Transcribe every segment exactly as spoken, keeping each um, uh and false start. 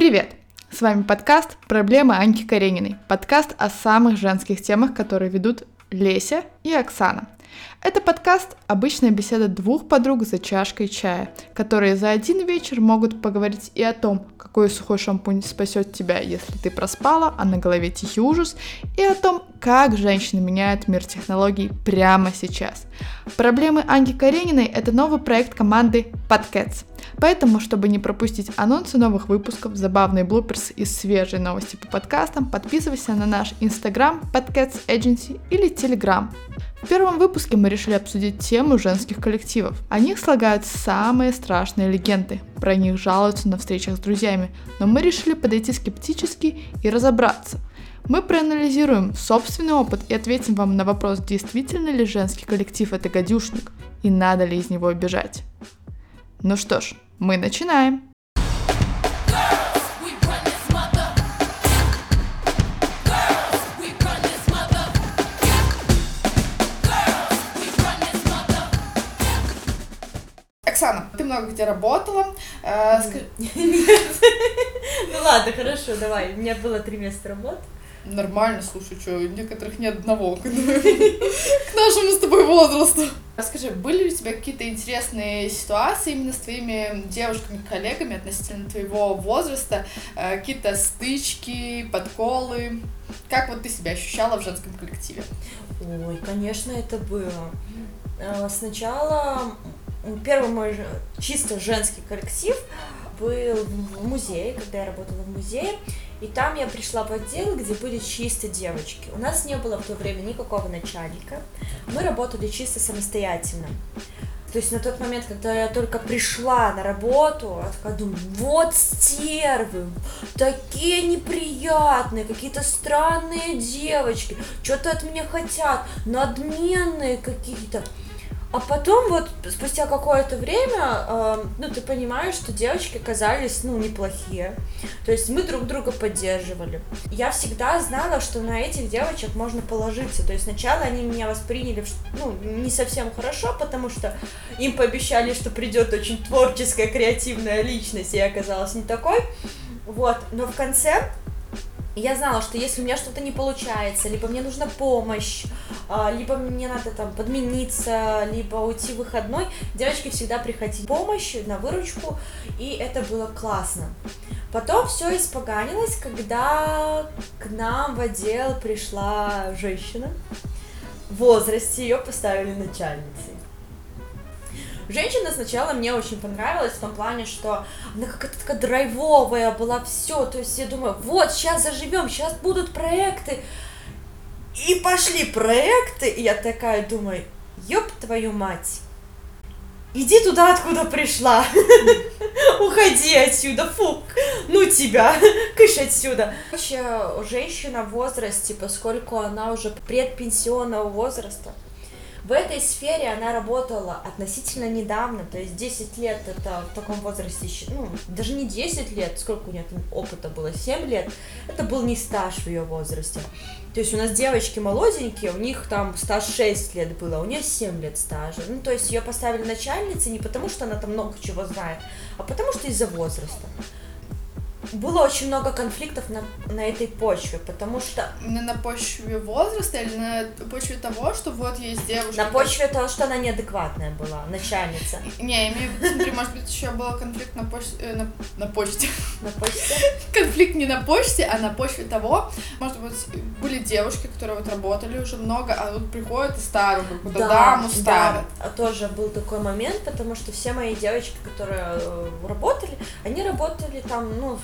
Привет! С вами подкаст «Проблемы Аньки Карениной». Подкаст о самых женских темах, которые ведут Леся и Оксана. Это подкаст – обычная беседа двух подруг за чашкой чая, которые за один вечер могут поговорить и о том, какой сухой шампунь спасет тебя, если ты проспала, а на голове тихий ужас, и о том, как женщины меняют мир технологий прямо сейчас. «Проблемы Аньки Карениной» – это новый проект команды Podcasts. Поэтому, чтобы не пропустить анонсы новых выпусков, забавные блуперсы и свежие новости по подкастам, подписывайся на наш Instagram Podcasts Agency или Telegram. В первом выпуске мы решили обсудить тему женских коллективов. О них слагают самые страшные легенды, про них жалуются на встречах с друзьями, но мы решили подойти скептически и разобраться. Мы проанализируем собственный опыт и ответим вам на вопрос, действительно ли женский коллектив это гадюшник и надо ли из него бежать. Ну что ж, мы начинаем! Оксана, ты много где работала. Э, скажи... Нет. Ну ладно, хорошо, давай. У меня было три места работы. Нормально, слушай, что, у некоторых нет одного к нашему с тобой возрасту. Расскажи, были ли у тебя какие-то интересные ситуации именно с твоими девушками-коллегами относительно твоего возраста? Какие-то стычки, подколы? Как вот ты себя ощущала в женском коллективе? Ой, конечно, это было. Сначала первый мой чисто женский коллектив был в музее, когда я работала в музее. И там я пришла в отдел, где были чисто девочки. У нас не было в то время никакого начальника. Мы работали чисто самостоятельно. То есть на тот момент, когда я только пришла на работу, я такая думаю, вот стервы, такие неприятные, какие-то странные девочки, что-то от меня хотят, надменные какие-то. А потом вот спустя какое-то время, э, ну, ты понимаешь, что девочки оказались, ну, неплохие. То есть мы друг друга поддерживали. Я всегда знала, что на этих девочек можно положиться. То есть сначала они меня восприняли, ну, не совсем хорошо, потому что им пообещали, что придет очень творческая, креативная личность, и я оказалась не такой. Вот, но в конце... Я знала, что если у меня что-то не получается, либо мне нужна помощь, либо мне надо там подмениться, либо уйти в выходной, девочки всегда приходили на помощь, на выручку, и это было классно. Потом все испоганилось, когда к нам в отдел пришла женщина в возрасте, ее поставили начальницей. Женщина сначала мне очень понравилась в том плане, что она какая-то такая драйвовая была, все, то есть я думаю, вот, сейчас заживем, сейчас будут проекты, и пошли проекты, и я такая думаю, ёб твою мать, иди туда, откуда пришла, уходи отсюда, фу, ну тебя, кыш отсюда. Вообще, женщина в возрасте, поскольку она уже предпенсионного возраста, в этой сфере она работала относительно недавно, то есть десять лет это в таком возрасте, ну, даже не десять лет, сколько у нее там опыта было, семь лет, это был не стаж в ее возрасте. То есть у нас девочки молоденькие, у них там стаж шесть лет было, а у нее семь лет стажа. Ну, то есть ее поставили начальницей не потому, что она там много чего знает, а потому что из-за возраста. Было очень много конфликтов на, на этой почве, потому что... На, на почве возраста или на почве того, что вот есть девушка... На почве того, что она неадекватная была, начальница. Не, я имею в виду, смотри, может быть, еще был конфликт на почте... Э, на, на почте. На почте? Конфликт не на почте, а на почве того, может быть, были девушки, которые вот работали уже много, а тут приходят и старую какую-то да, даму ставят. Да, тоже был такой момент, потому что все мои девочки, которые работали, они работали там, ну,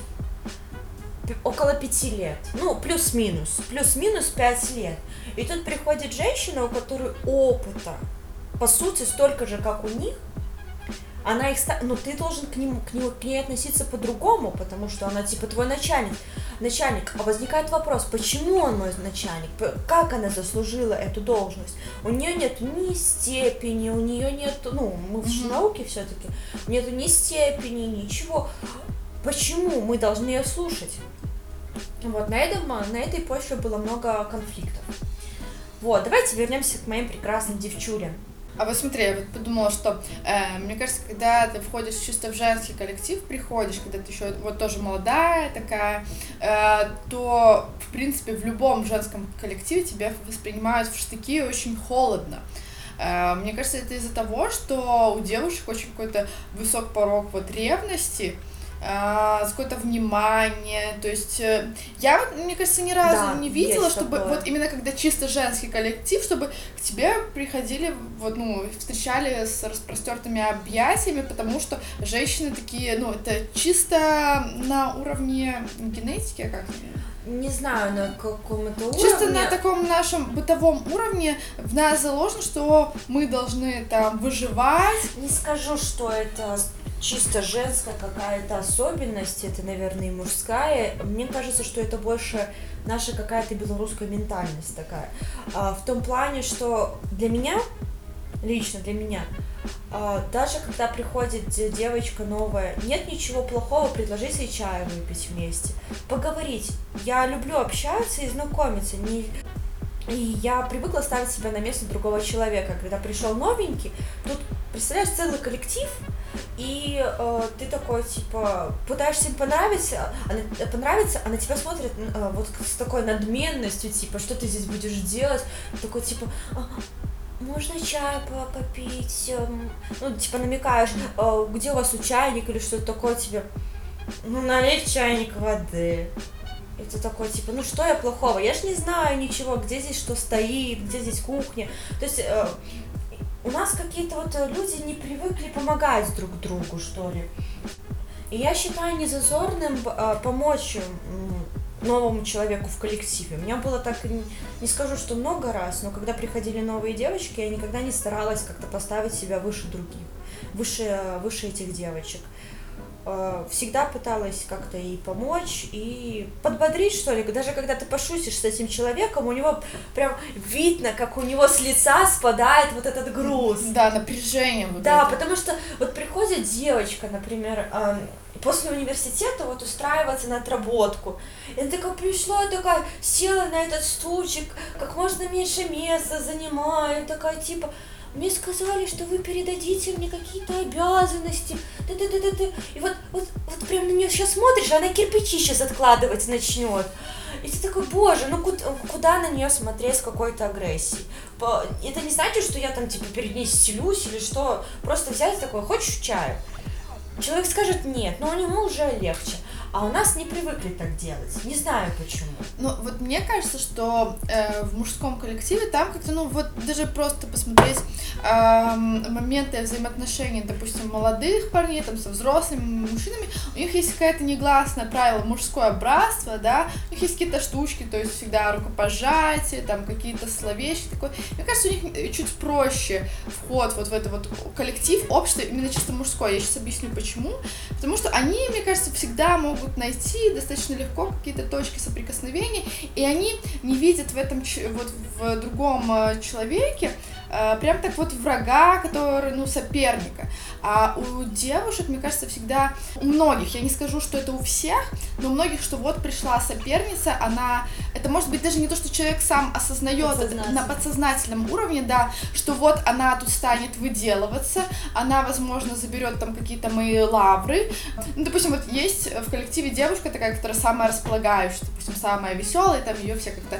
около пяти лет, ну, плюс-минус, плюс-минус пять лет. И тут приходит женщина, у которой опыта, по сути, столько же, как у них, она их, ну, ты должен к, ним, к, нему, к ней относиться по-другому, потому что она, типа, твой начальник. Начальник, а возникает вопрос, почему он мой начальник, как она заслужила эту должность? У нее нет ни степени, у нее нет, ну, мы в mm-hmm. науке все-таки, нету ни степени, ничего. Почему мы должны ее слушать? Вот, на, этом, на этой почве было много конфликтов. Вот, давайте вернемся к моим прекрасным девчулям. А вот смотри, я вот подумала, что э, мне кажется, когда ты входишь чисто в женский коллектив, приходишь, когда ты еще вот тоже молодая такая, э, то в принципе в любом женском коллективе тебя воспринимают в штыки очень холодно. Э, мне кажется, это из-за того, что у девушек очень какой-то высок порог вот ревности, Uh, какое-то внимание, то есть uh, я, мне кажется, ни разу да, не видела, чтобы такое. Вот именно когда чисто женский коллектив, чтобы к тебе приходили, вот, ну, встречали с распростертыми объятиями, потому что женщины такие, ну, это чисто на уровне генетики, а как? Не знаю, на каком это уровне. Чисто на таком нашем бытовом уровне в нас заложено, что мы должны там выживать. Не скажу, что это чисто женская какая-то особенность, это, наверное, и мужская. Мне кажется, что это больше наша какая-то белорусская ментальность такая. А, в том плане, что для меня, лично для меня, а, даже когда приходит девочка новая, нет ничего плохого предложить ей чай выпить вместе, поговорить. Я люблю общаться и знакомиться. Не... И я привыкла ставить себя на место другого человека. Когда пришел новенький, тут, представляешь, целый коллектив, и э, ты такой, типа, пытаешься им понравиться, а, понравиться, а на тебя смотрят э, вот с такой надменностью, типа, что ты здесь будешь делать, такой, типа, а, можно чай попить, э, ну, типа, намекаешь, э, где у вас у чайник или что-то такое, тебе, ну, налить чайник воды. И ты такой, типа, ну что я плохого, я ж не знаю ничего, где здесь что стоит, где здесь кухня, то есть... Э, у нас какие-то вот люди не привыкли помогать друг другу, что ли. И я считаю незазорным э, помочь э, новому человеку в коллективе. У меня было так, не скажу, что много раз, но когда приходили новые девочки, я никогда не старалась как-то поставить себя выше других, выше, выше этих девочек. Всегда пыталась как-то ей помочь и подбодрить, что ли. Даже когда ты пошутишь с этим человеком, у него прям видно, как у него с лица спадает вот этот груз. Да, напряжение. Вот да, это. Потому что вот приходит девочка, например, после университета вот устраиваться на отработку. И она такая пришла, такая села на этот стульчик, как можно меньше места занимает, такая типа... Мне сказали, что вы передадите мне какие-то обязанности. Да-да-да-да-да. И вот, вот, вот прям на нее сейчас смотришь, а она кирпичи сейчас откладывать начнет. И ты такой, боже, ну куда, куда на нее смотреть с какой-то агрессией? Это не значит, что я там типа перед ней стелюсь или что. Просто взять такой, хочешь чаю? Человек скажет нет, но у него уже легче. А у нас не привыкли так делать. Не знаю почему. Ну, вот мне кажется, что э, в мужском коллективе там как-то, ну, вот даже просто посмотреть э, моменты взаимоотношений, допустим, молодых парней там со взрослыми мужчинами, у них есть какое-то негласное правило мужское братство, да, у них есть какие-то штучки, то есть всегда рукопожатие, там какие-то словечки, такое. Мне кажется, у них чуть проще вход вот в это вот коллектив, общество, именно чисто мужское. Я сейчас объясню почему. Потому что они, мне кажется, всегда могут найти достаточно легко какие-то точки соприкосновения, и они не видят в этом, вот в другом человеке прям так вот врага, который, ну, соперника. А у девушек, мне кажется, всегда, у многих, я не скажу, что это у всех, но у многих, что вот пришла соперница, она, это может быть даже не то, что человек сам осознает это на подсознательном уровне, да, что вот она тут станет выделываться, она, возможно, заберет там какие-то мои лавры. Ну, допустим, вот есть в коллективе девушка такая, которая самая располагающая, допустим, самая веселая, там ее все как-то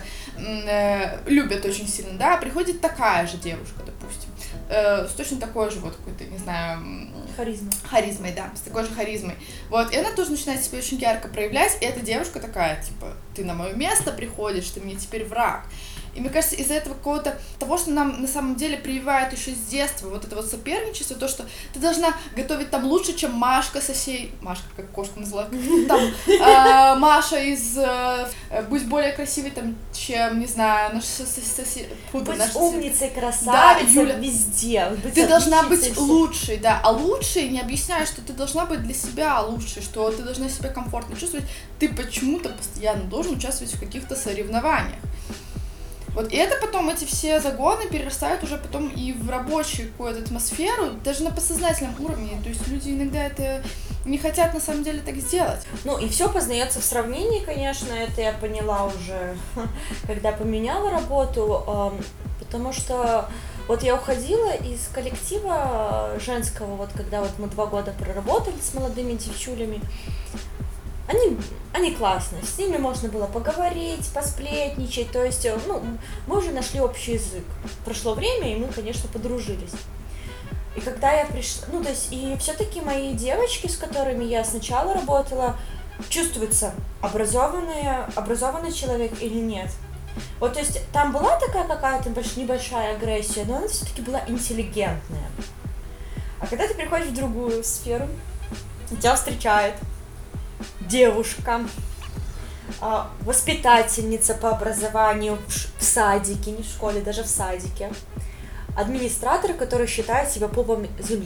э, любят очень сильно, да, приходит такая же девушка, допустим, э, с точно такой же вот какой-то, не знаю, харизмой. Харизмой, да, с такой же харизмой. Вот, и она тоже начинает себя очень ярко проявлять, и эта девушка такая, типа, ты на мое место приходишь, ты мне теперь враг. И мне кажется, из-за этого какого-то того, что нам на самом деле прививают еще с детства, вот это вот соперничество, то, что ты должна готовить там лучше, чем Машка сосед, Машка, как кошку назвала, там, э, Маша из э, «Будь более красивой», там, чем, не знаю, наш сосед... Будь умницей, красавицей, да, Юля, везде. Быть ты должна быть лучшей, да, а лучшей не объясняет, что ты должна быть для себя лучшей, что ты должна себя комфортно чувствовать, ты почему-то постоянно должен участвовать в каких-то соревнованиях. Вот, и это потом, эти все загоны перерастают уже потом и в рабочую какую-то атмосферу, даже на подсознательном уровне, то есть люди иногда это не хотят на самом деле так сделать. Ну, и все познается в сравнении, конечно, это я поняла уже, когда поменяла работу, потому что Вот я уходила из коллектива женского, вот когда вот мы два года проработали с молодыми девчулями. Они, они классные, с ними можно было поговорить, посплетничать, то есть, ну, мы уже нашли общий язык. Прошло время, и мы, конечно, подружились. И когда я пришла, ну, то есть, и все-таки мои девочки, с которыми я сначала работала, чувствуется, образованные, образованный человек или нет. Вот, то есть, там была такая какая-то небольшая агрессия, но она все-таки была интеллигентная. А когда ты приходишь в другую сферу, тебя встречает девушка, воспитательница по образованию в садике, не в школе, даже в садике, администратор, который считает себя пупом земли.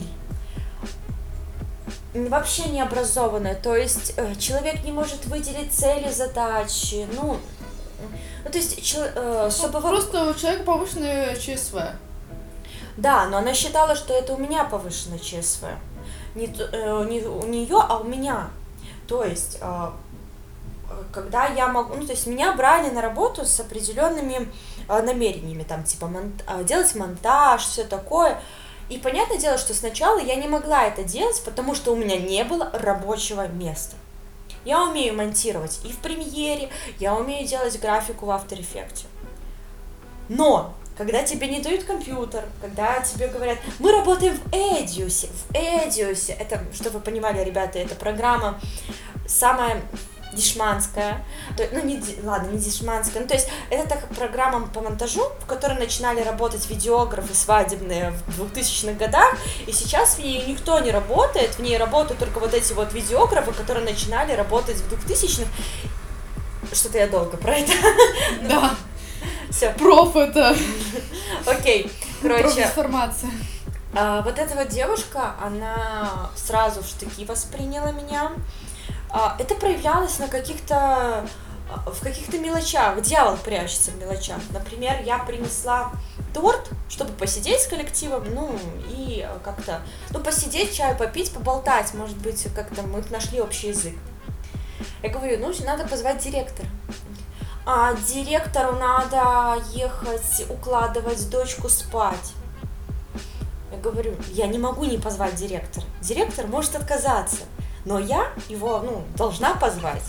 Вообще не образованная, то есть человек не может выделить цели, задачи, ну, ну то есть, чтобы... Просто у человека повышенное ЧСВ. Да, но она считала, что это у меня повышенное ЧСВ. Не, не у нее, а у меня. То есть, когда я могу, ну, то есть меня брали на работу с определенными намерениями, там, типа, монт... делать монтаж, все такое. И понятное дело, что сначала я не могла это делать, потому что у меня не было рабочего места. Я умею монтировать и в премьере, я умею делать графику в After Effects. Но когда тебе не дают компьютер, когда тебе говорят, мы работаем в Эдиусе, в Эдиусе, это, чтобы вы понимали, ребята, это программа самая дешманская, то, ну, не, ладно, не дешманская, ну, то есть, это так, программа по монтажу, в которой начинали работать видеографы свадебные в двухтысячных годах, и сейчас в ней никто не работает, в ней работают только вот эти вот видеографы, которые начинали работать в двухтысячных. Что-то я долго про это. Да. Все. Проф это. Окей, короче. Профинформация. А, вот эта вот девушка, она сразу в штыки восприняла меня. А, это проявлялось на каких-то, в каких-то мелочах. Дьявол прячется в мелочах. Например, я принесла торт, чтобы посидеть с коллективом, ну, и как-то, ну, посидеть, чай попить, поболтать, может быть, как-то мы нашли общий язык. Я говорю, ну, надо позвать директора. А директору надо ехать укладывать дочку спать. Я говорю, я не могу не позвать директора. Директор может отказаться, но я его, ну, должна позвать.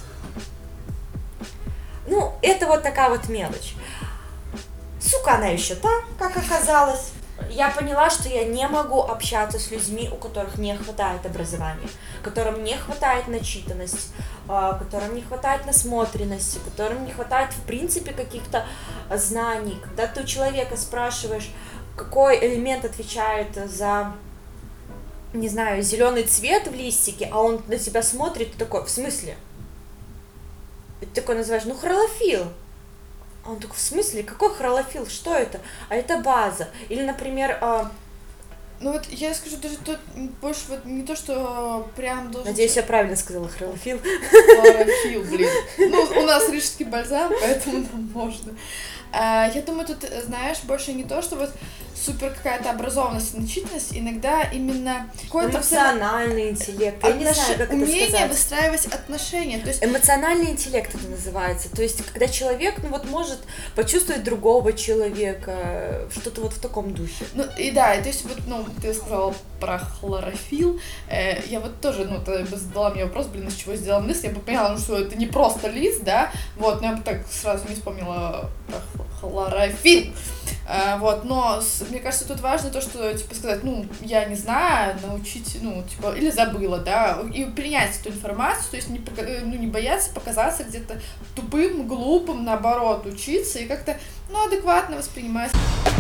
Ну, это вот такая вот мелочь. Сука, она еще та, как оказалось. Я поняла, что я не могу общаться с людьми, у которых не хватает образования, которым не хватает начитанности, которым не хватает насмотренности, которым не хватает, в принципе, каких-то знаний. Когда ты у человека спрашиваешь, какой элемент отвечает за, не знаю, зеленый цвет в листике, а он на тебя смотрит, ты такой, в смысле? И ты такой называешь, ну, хлорофилл. А он такой, в смысле, какой хлорофилл, что это? А это база. Или, например... А... Ну вот я скажу, даже тут больше вот не то, что прям должен... Надеюсь, я правильно сказала, хлорофилл. Хлорофилл, блин. Ну, у нас рижский бальзам, поэтому нам можно. А, я думаю, тут, знаешь, больше не то, что вот супер какая-то образованность и начитанность, иногда именно какой-то... Эмоциональный интеллект, я Отнош... не знаю, как умение это сказать. выстраивать отношения, то есть... Эмоциональный интеллект это называется, то есть, когда человек, ну вот, может почувствовать другого человека, что-то вот в таком духе. Ну, и да, и то есть, вот, ну, ты сказала про хлорофилл, э, я вот тоже, ну, ты бы задала мне вопрос, блин, из чего сделан лист, я бы поняла, ну, что это не просто лист, да, вот, но я бы так сразу не вспомнила про хлорофилл. А, вот, но с, мне кажется, тут важно то, что, типа, сказать, ну, я не знаю, научить, ну, типа, или забыла, да, и принять эту информацию, то есть не, ну, не бояться показаться где-то тупым, глупым, наоборот, учиться и как-то, ну, адекватно воспринимать.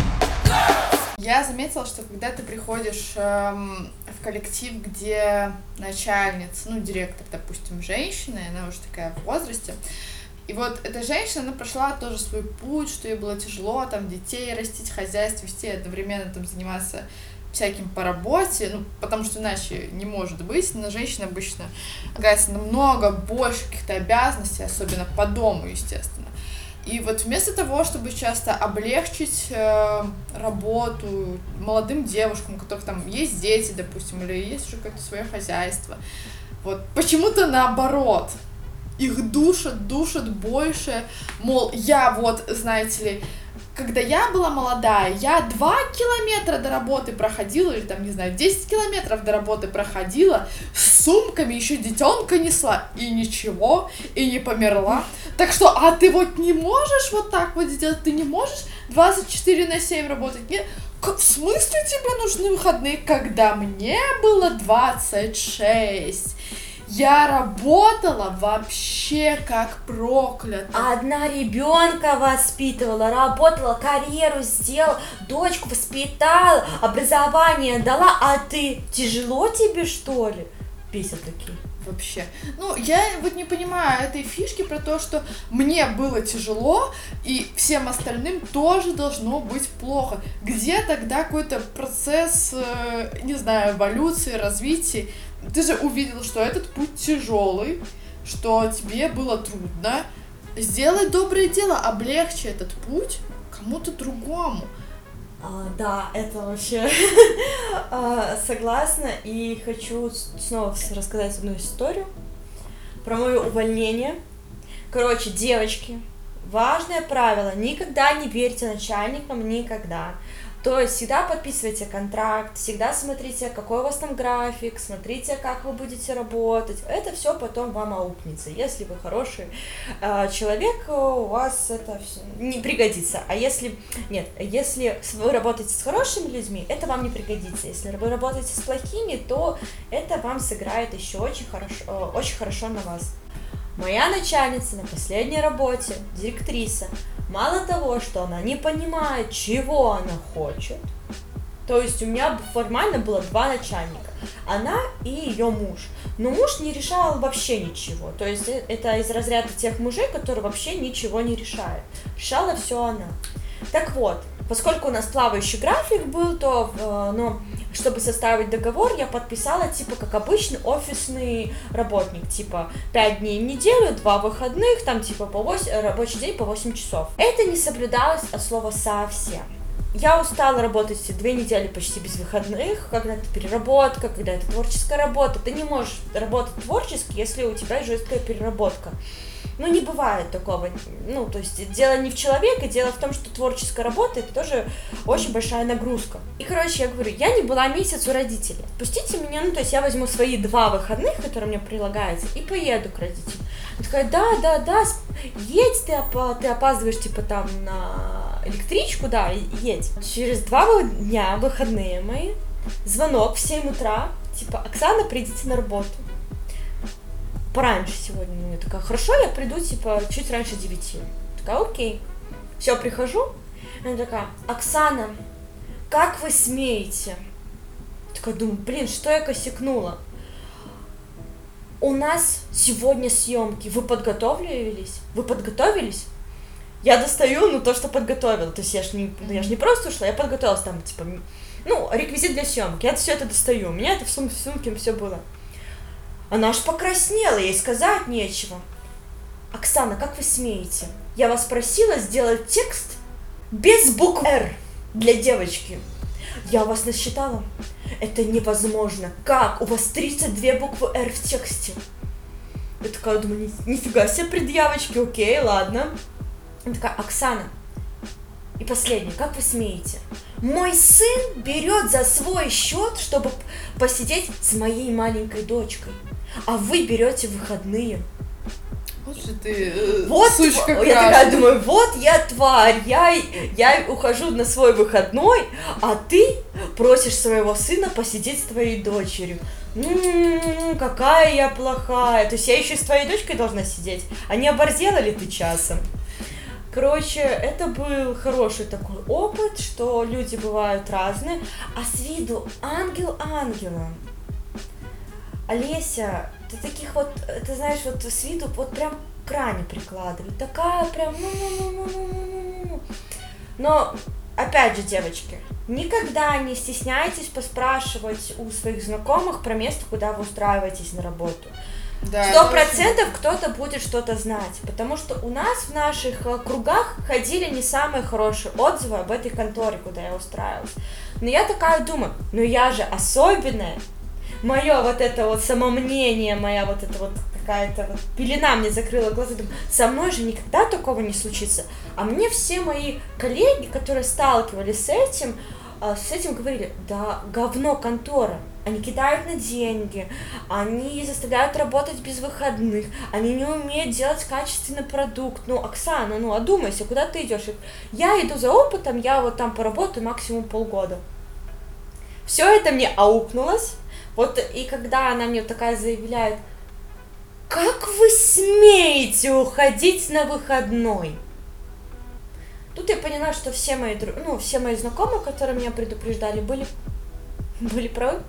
Я заметила, что когда ты приходишь эм, в коллектив, где начальница, ну, директор, допустим, женщина, и она уже такая в возрасте, и вот эта женщина, она прошла тоже свой путь, что ей было тяжело, там, детей растить, хозяйство вести, одновременно там заниматься всяким по работе, ну, потому что иначе не может быть, но женщина обычно полагается намного больше каких-то обязанностей, особенно по дому, естественно. И вот вместо того, чтобы часто облегчить э, работу молодым девушкам, у которых там есть дети, допустим, или есть уже какое-то свое хозяйство, вот почему-то наоборот. Их душат, душат больше, мол, я вот, знаете ли, когда я была молодая, я два километра до работы проходила, или там, не знаю, десять километров до работы проходила, с сумками еще детенка несла, и ничего, и не померла. Так что, а ты вот не можешь вот так вот сделать, ты не можешь двадцать четыре на семь работать? Нет? Как, в смысле тебе нужны выходные, когда мне было двадцать шесть? Я работала вообще как проклята. Одна ребенка воспитывала, работала, карьеру сделала, дочку воспитала, образование дала, а ты, тяжело тебе, что ли? Бесят такие. Вообще. Ну, я вот не понимаю этой фишки про то, что мне было тяжело, и всем остальным тоже должно быть плохо. Где тогда какой-то процесс, не знаю, эволюции, развития? Ты же увидел, что этот путь тяжелый, что тебе было трудно. Сделай доброе дело, облегчи этот путь кому-то другому. А, да, это вообще согласна. И хочу снова рассказать одну историю про мое увольнение. Короче, девочки, важное правило: никогда не верьте начальникам, никогда. То есть всегда подписывайте контракт, всегда смотрите, какой у вас там график, смотрите, как вы будете работать. Это все потом вам аукнется. Если вы хороший э, человек, у вас это не пригодится. А если нет, если вы работаете с хорошими людьми, это вам не пригодится. Если вы работаете с плохими, то это вам сыграет еще очень хорошо, э, очень хорошо на вас. Моя начальница на последней работе, директриса, мало того, что она не понимает, чего она хочет, то есть у меня формально было два начальника, она и ее муж, но муж не решал вообще ничего, то есть это из разряда тех мужей, которые вообще ничего не решают, решала все она. Так вот, поскольку у нас плавающий график был, то, э, ну, чтобы составить договор, я подписала, типа, как обычный офисный работник, типа, пять дней в неделю, два выходных, там, типа, по восемь, рабочий день по восемь часов. Это не соблюдалось от слова совсем. Я устала работать две недели почти без выходных, когда это переработка, когда это творческая работа. Ты не можешь работать творчески, если у тебя жесткая переработка. Ну, не бывает такого. Ну, то есть, дело не в человеке, дело в том, что творческая работа — это тоже очень большая нагрузка. И, короче, я говорю, я не была месяц у родителей. Пустите меня, ну, то есть, я возьму свои два выходных, которые мне прилагаются, и поеду к родителям. Она такая, да, да, да, едь, ты, оп- ты опаздываешь, типа, там, на электричку, да, едь. Через два дня, выходные мои, звонок в семь утра, типа, Оксана, придите на работу. Пораньше сегодня. Ну, я такая, хорошо, я приду, типа, чуть раньше девяти. Такая, окей. Все, прихожу. Она такая, Оксана, как вы смеете? Такая, думаю, блин, что я косякнула? У нас сегодня съемки. Вы подготовились? Вы подготовились? Я достаю, ну, то, что подготовила. То есть я ж не, я ж не просто ушла, я подготовилась там, типа, ну, реквизит для съемки. Я все это достаю. У меня это в, сум- в сумке все было. Она аж покраснела, ей сказать нечего. Оксана, как вы смеете? Я вас просила сделать текст без букв «Р» для девочки. Я вас насчитала. Это невозможно. Как? У вас тридцать две буквы «Р» в тексте. Я такая думаю, нифига себе предъявочки, окей, ладно. Она такая, Оксана. И последнее, как вы смеете? Мой сын берет за свой счет, чтобы посидеть с моей маленькой дочкой. А вы берете выходные. Вот же ты, э, вот, сучка я такая думаю, вот я тварь, я, я ухожу на свой выходной, а ты просишь своего сына посидеть с твоей дочерью. М-м-м, какая я плохая. То есть я еще с твоей дочкой должна сидеть, а не оборзела ли ты часом? Короче, это был хороший такой опыт, что люди бывают разные, а с виду ангел ангелом. Олеся, ты таких вот, ты знаешь, вот с виду вот прям к ране прикладывает, такая прям, ну-ну-ну-ну-ну-ну-ну. Но, опять же, девочки, никогда не стесняйтесь поспрашивать у своих знакомых про место, куда вы устраиваетесь на работу. Сто процентов кто-то будет что-то знать, потому что у нас в наших кругах ходили не самые хорошие отзывы об этой конторе, куда я устраивалась. Но я такая думаю, ну я же особенная. Мое вот это вот самомнение, моя вот эта вот какая-то вот пелена мне закрыла глаза, думаю, со мной же никогда такого не случится. А мне все мои коллеги, которые сталкивались с этим, с этим говорили, да говно контора, они кидают на деньги, они заставляют работать без выходных, они не умеют делать качественный продукт. Ну, Оксана, ну одумайся, куда ты идешь? Я иду за опытом, я вот там поработаю максимум полгода. Все это мне аукнулось, вот, и когда она мне такая заявляет, как вы смеете уходить на выходной? Тут я поняла, что все мои, ну, все мои знакомые, которые меня предупреждали, были, были правы.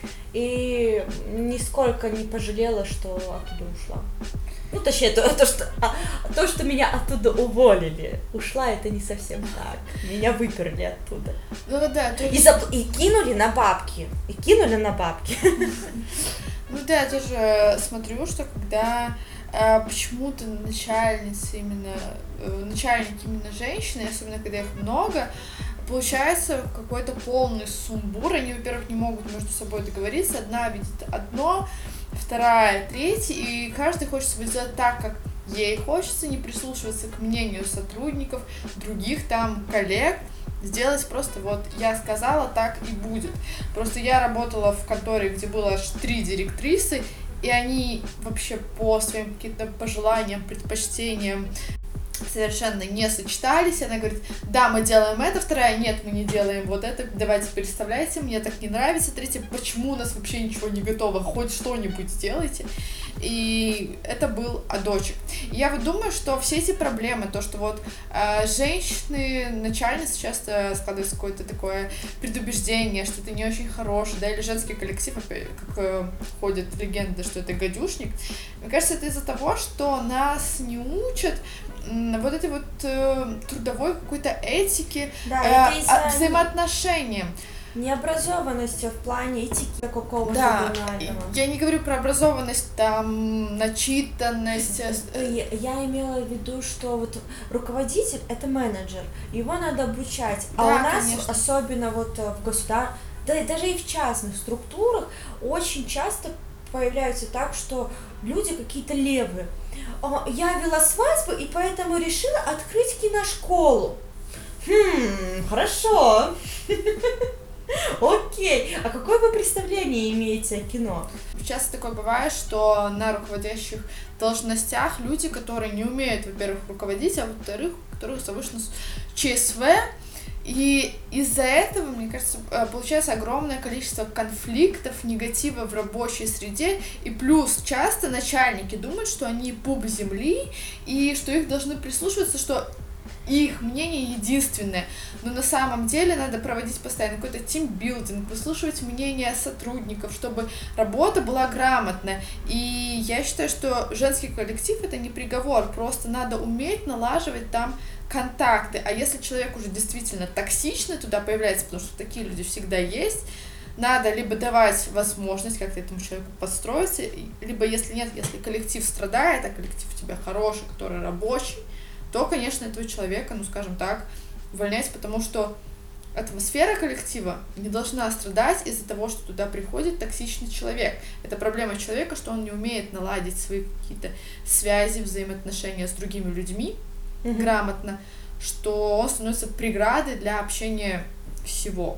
И нисколько не пожалела, что оттуда ушла. Ну, точнее, то, то, что, а, то, что меня оттуда уволили. Ушла, это не совсем так. Меня выперли оттуда. Ну да, то есть... и, зап... и кинули на бабки. И кинули на бабки. Ну да, я тоже смотрю, что когда э, почему-то начальницы именно, э, начальники именно женщины, особенно когда их много, получается какой-то полный сумбур. Они, во-первых, не могут между собой договориться. Одна видит одно, вторая третья, и каждый хочет себе сделать так, как ей хочется, не прислушиваться к мнению сотрудников, других там коллег, сделать просто вот я сказала, так и будет. Просто я работала в конторе, где было аж три директрисы, и они вообще по своим каким-то пожеланиям, предпочтениям совершенно не сочетались. Она говорит, да, мы делаем это, вторая, нет, мы не делаем вот это, давайте переставляйте, мне так не нравится, третья, почему у нас вообще ничего не готово, хоть что-нибудь сделайте. И это был адочек. И я вот думаю, что все эти проблемы, то, что вот э, женщины, начальницы часто складывается какое-то такое предубеждение, что это не очень хороший, да, или женский коллектив, опять, как э, ходят легенды, что это гадюшник. Мне кажется, это из-за того, что нас не учат вот этой вот э, трудовой какой-то этики, да, э, а, взаимоотношения. Необразованности в плане этики какого-то да, банального. Я не говорю про образованность, там, начитанность. Я, я имела в виду, что вот руководитель — это менеджер, его надо обучать. Да, а у нас, конечно, особенно вот в государстве, да и даже и в частных структурах, очень часто появляется так, что люди какие-то левые. Я вела свадьбу и поэтому решила открыть киношколу. Хм, хорошо. Окей, а какое вы представление имеете о кино? Часто такое бывает, что на руководящих должностях люди, которые не умеют, во-первых, руководить, а во-вторых, у которых завышено ЧСВ, и из-за этого, мне кажется, получается огромное количество конфликтов, негатива в рабочей среде, и плюс часто начальники думают, что они пуп земли, и что их должны прислушиваться, что их мнение единственное, но на самом деле надо проводить постоянно какой-то тимбилдинг, выслушивать мнение сотрудников, чтобы работа была грамотная. И я считаю, что женский коллектив — это не приговор, просто надо уметь налаживать там контакты. А если человек уже действительно токсичный туда появляется, потому что такие люди всегда есть, надо либо давать возможность как-то этому человеку подстроиться, либо если нет, если коллектив страдает, а коллектив у тебя хороший, который рабочий, то, конечно, этого человека, ну, скажем так, увольнять, потому что атмосфера коллектива не должна страдать из-за того, что туда приходит токсичный человек. Это проблема человека, что он не умеет наладить свои какие-то связи, взаимоотношения с другими людьми mm-hmm. грамотно, что он становится преградой для общения всего.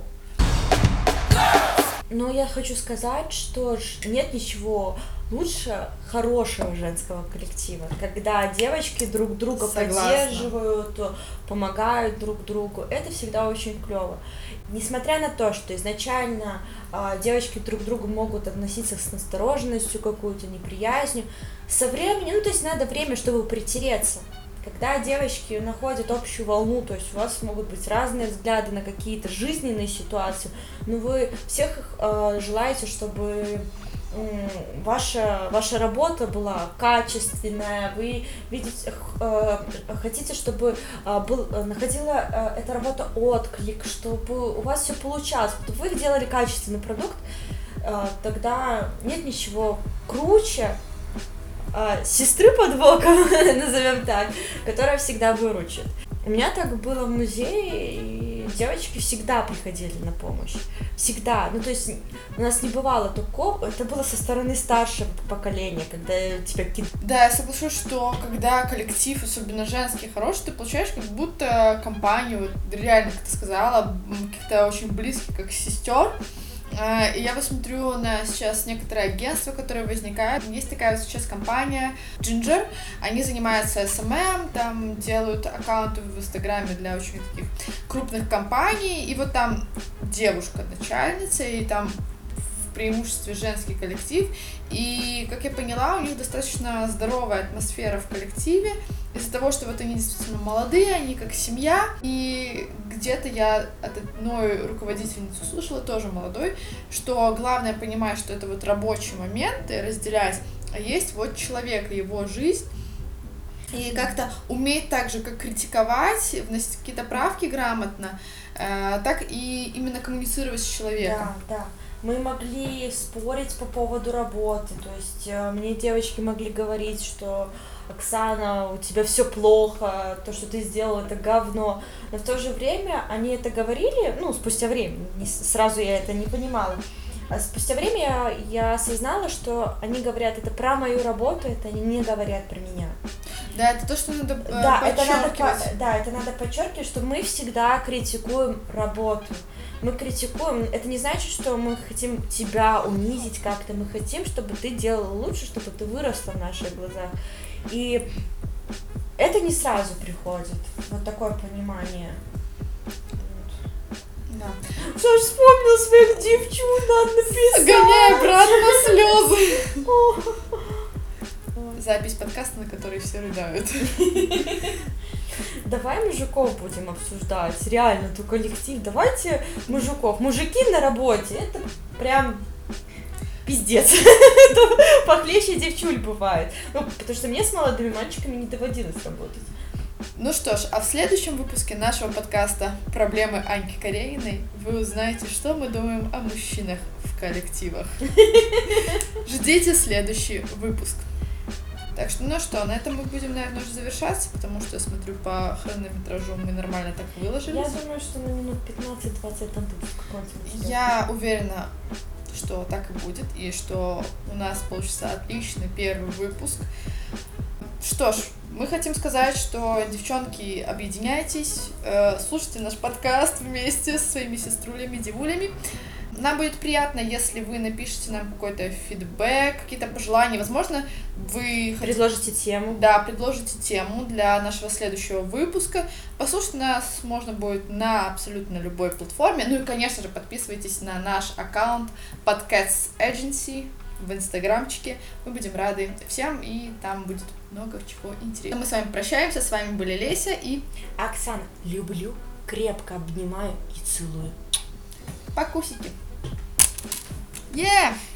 Но я хочу сказать, что нет ничего лучше хорошего женского коллектива, когда девочки друг друга Согласна. поддерживают, помогают друг другу. Это всегда очень клево. Несмотря на то, что изначально э, девочки друг к другу могут относиться с настороженностью, какую-то неприязнью, со временем, ну то есть надо время, чтобы притереться. Когда девочки находят общую волну, то есть у вас могут быть разные взгляды на какие-то жизненные ситуации, но вы всех э, желаете, чтобы э, ваша, ваша работа была качественная, вы видите, э, хотите, чтобы э, был, находила э, эта работа отклик, чтобы у вас все получалось, чтобы вы делали качественный продукт, э, тогда нет ничего круче сестры под боком, назовем так, которая всегда выручит. У меня так было в музее, и девочки всегда приходили на помощь. Всегда. Ну, то есть у нас не бывало такого, это было со стороны старшего поколения, когда тебя кидали. Да, я соглашусь, что когда коллектив, особенно женский, хороший, ты получаешь как будто компанию, вот, реально, как ты сказала, каких-то очень близких, как сестер. И я посмотрю на сейчас некоторые агентства, которые возникают. Есть такая вот сейчас компания Ginger, они занимаются эс эм эм, там делают аккаунты в Инстаграме для очень таких крупных компаний, и вот там девушка-начальница, и там в преимуществе женский коллектив, и, как я поняла, у них достаточно здоровая атмосфера в коллективе, из-за того, что вот они действительно молодые, они как семья, и где-то я от одной руководительницы слышала, тоже молодой, что главное понимать, что это вот рабочий момент, и разделять, а есть вот человек и его жизнь, и как-то уметь так же, как критиковать, вносить какие-то правки грамотно, э, так и именно коммуницировать с человеком. Да, да. Мы могли спорить по поводу работы, то есть э, мне девочки могли говорить, что Оксана, у тебя все плохо, то, что ты сделала, это говно. Но в то же время они это говорили, ну, спустя время, не, сразу я это не понимала. А спустя время я осознала, что они говорят это про мою работу, это они не говорят про меня. Да, это то, что надо э, да, подчеркивать. Это надо, да, это надо подчеркивать, что мы всегда критикуем работу. Мы критикуем, это не значит, что мы хотим тебя унизить как-то, мы хотим, чтобы ты делала лучше, чтобы ты выросла в наших глазах. И это не сразу приходит, вот такое понимание. Да. Что ж, вспомнила своих девчонок, написала. Гоняй обратно слезы. Запись подкаста, на который все рыдают. Давай мужиков будем обсуждать, реально, tu коллектив, давайте мужиков. Мужики на работе, это прям пиздец, это похлеще девчуль бывает, ну, потому что мне с молодыми мальчиками не доводилось работать. Ну что ж, а в следующем выпуске нашего подкаста «Проблемы Аньки Карениной» вы узнаете, что мы думаем о мужчинах в коллективах. Ждите следующий выпуск. Так что, ну что, на этом мы будем, наверное, уже завершаться, потому что, я смотрю, по хронометражу мы нормально так выложились. Я думаю, что на минут пятнадцать-двадцать там будет какой-нибудь. Я уверена, что так и будет, и что у нас получится отличный первый выпуск. Что ж, мы хотим сказать, что, девчонки, объединяйтесь, э, слушайте наш подкаст вместе со своими сеструлями, девулями. Нам будет приятно, если вы напишите нам какой-то фидбэк, какие-то пожелания. Возможно, вы... Предложите тему. Да, предложите тему для нашего следующего выпуска. Послушать нас можно будет на абсолютно любой платформе. Ну и, конечно же, подписывайтесь на наш аккаунт Podcasts Agency в инстаграмчике. Мы будем рады всем, и там будет много чего интересного. Мы с вами прощаемся. С вами были Леся и Оксана. Люблю, крепко обнимаю и целую. Покусики. Yeah!